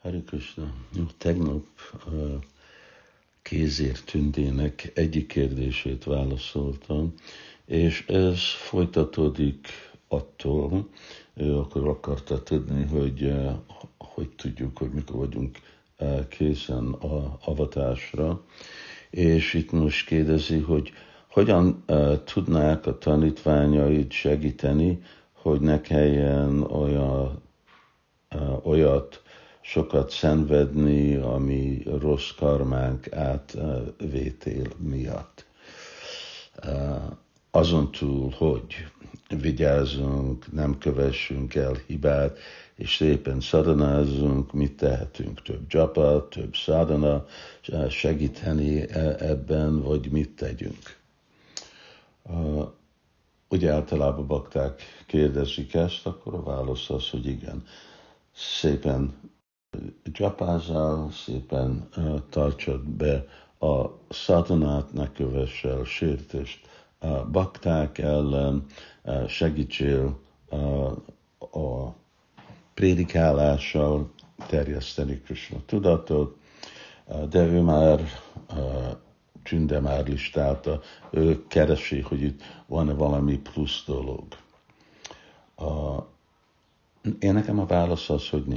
Hare Krishna. Tegnap Kézér Tündének egyik kérdését válaszoltam, és ez folytatódik attól, ő akkor akarta tudni, hogy tudjuk, hogy mikor vagyunk készen a avatásra, és itt most kérdezi, hogy hogyan tudnák a tanítványait segíteni, hogy ne kelljen olyat sokat szenvedni, ami rossz karmánk átvétel miatt. Azon túl, hogy vigyázzunk, nem kövessünk el hibát, és szépen szadanázunk, mit tehetünk, több japa, több szadana, segíteni ebben, vagy mit tegyünk. Ugye általában bakták kérdezik ezt, akkor a válasz az, hogy igen. Szépen japázál, szépen tartsad be a szadanát, ne kövess el sértést bakták ellen, segítsél a prédikálással terjeszteni Krishna tudatot, de ő már Csünde már listálta, ő keresi, hogy itt van-e valami plusz dolog. Én nekem a válasz az, hogy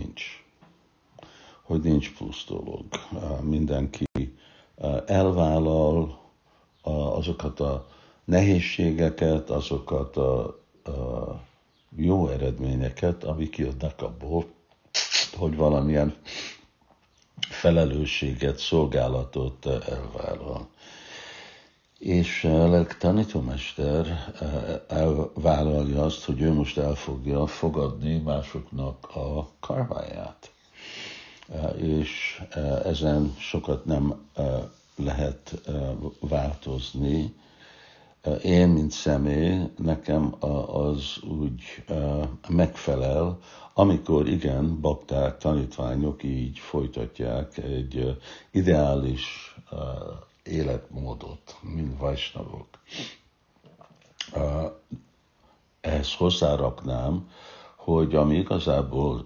nincs plusz dolog. Mindenki elvállal azokat a nehézségeket, azokat a jó eredményeket, amik jönnek abból, hogy valamilyen felelősséget, szolgálatot elvállal. És a lelki tanítómester elvállalja azt, hogy ő most el fogja fogadni másoknak a karmáját. És ezen sokat nem lehet változni. Én, mint személy, nekem az úgy megfelel, amikor igen, bakták, tanítványok így folytatják egy ideális életmódot, mint vajsnavok. Ehhez hozzáraknám, hogy ami igazából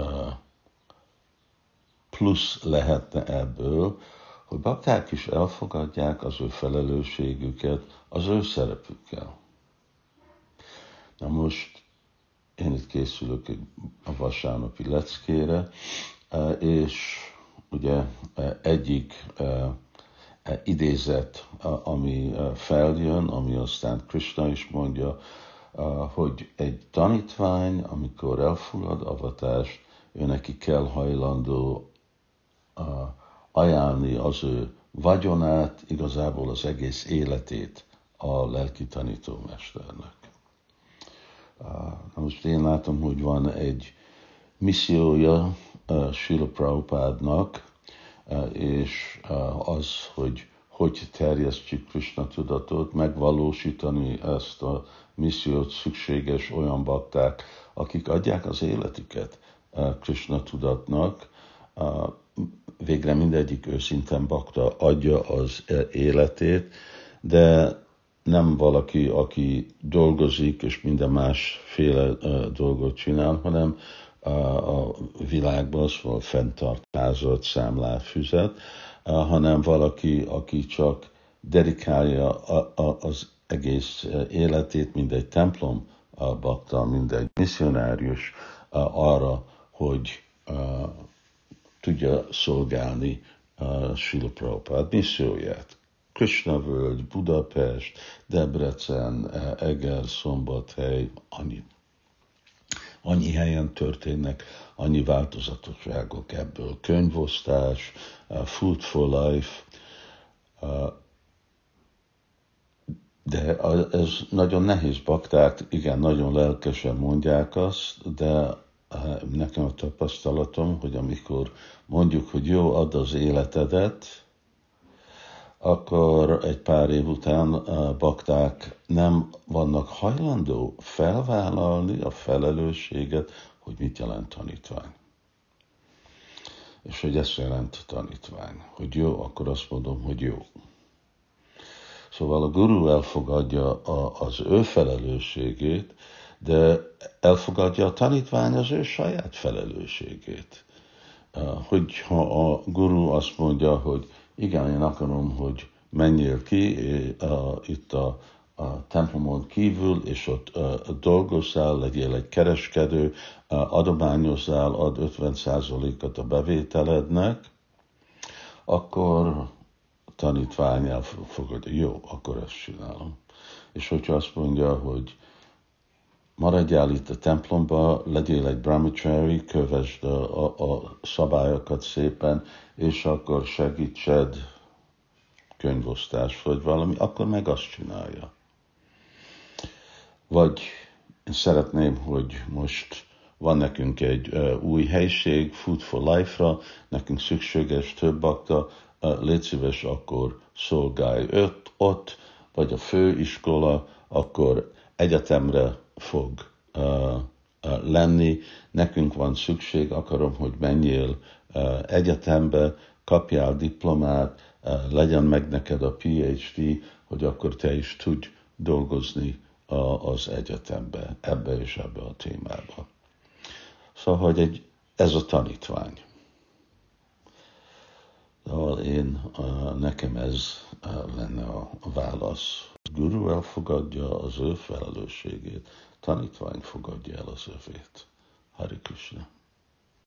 plusz lehetne ebből, hogy bakták is elfogadják az ő felelősségüket, az ő szerepükkel. Na most én itt készülök a vasárnapi leckére, és ugye egyik idézet, ami feljön, ami aztán Krishna is mondja, hogy egy tanítvány, amikor elfogad avatást, ő neki kell hajlandó ajánlni az ő vagyonát, igazából az egész életét a lelki tanítómesternek. Most én látom, hogy van egy missziója Srila Prabhupádnak, és az, hogy terjesztjük Krishna tudatot, megvalósítani ezt a missziót szükséges olyan bakták, akik adják az életüket Krishna tudatnak. Végre mindegyik őszinten bakta adja az életét, de nem valaki, aki dolgozik és minden másféle dolgot csinál, hanem a világban, szóval fenntart házat, számlát, füzet, hanem valaki, aki csak dedikálja az egész életét, mint egy templom bakta, mint egy misszionárius arra, hogy tudja szolgálni Srila Prabhupád misszióját. Krishna völgy, Budapest, Debrecen, Eger, Szombathely, annyi helyen történnek, annyi változatosságok ebből. Könyvosztás, Food for Life, de ez nagyon nehéz bakták, igen, nagyon lelkesen mondják azt, de nekem a tapasztalatom, hogy amikor mondjuk, hogy jó, add az életedet, akkor egy pár év után bakták nem vannak hajlandó felvállalni a felelősséget, hogy mit jelent tanítvány. És hogy ezt jelent tanítvány. Hogy jó, akkor azt mondom, hogy jó. Szóval a guru elfogadja az ő felelősségét, de elfogadja a tanítvány az ő saját felelősségét. hogyha a guru azt mondja, hogy igen, én akarom, hogy menjél ki itt a templomon kívül, és ott dolgozzál, legyél egy kereskedő, adományozzál, ad 50%-at a bevételednek, akkor tanítvány elfogadja, jó, akkor ezt csinálom. És hogyha azt mondja, hogy maradjál itt a templomba, legyél egy brahmachari, kövesd a szabályokat szépen, és akkor segítsed könyvosztás, vagy valami, akkor meg azt csinálja. Vagy én szeretném, hogy most van nekünk egy új helység, Food for Life-ra, nekünk szükséges több bakta, légy szíves, akkor szolgálj ott, vagy a főiskola, akkor egyetemre fog lenni, nekünk van szükség, akarom, hogy menjél egyetembe, kapjál diplomát, legyen meg neked a PhD, hogy akkor te is tudj dolgozni az egyetembe, ebbe és ebbe a témába. Szóval, hogy ez a tanítvány. Szóval nekem ez lenne a válasz. Guru elfogadja az ő felelősségét, tanítvány fogadja el az övét. Hari Krishna.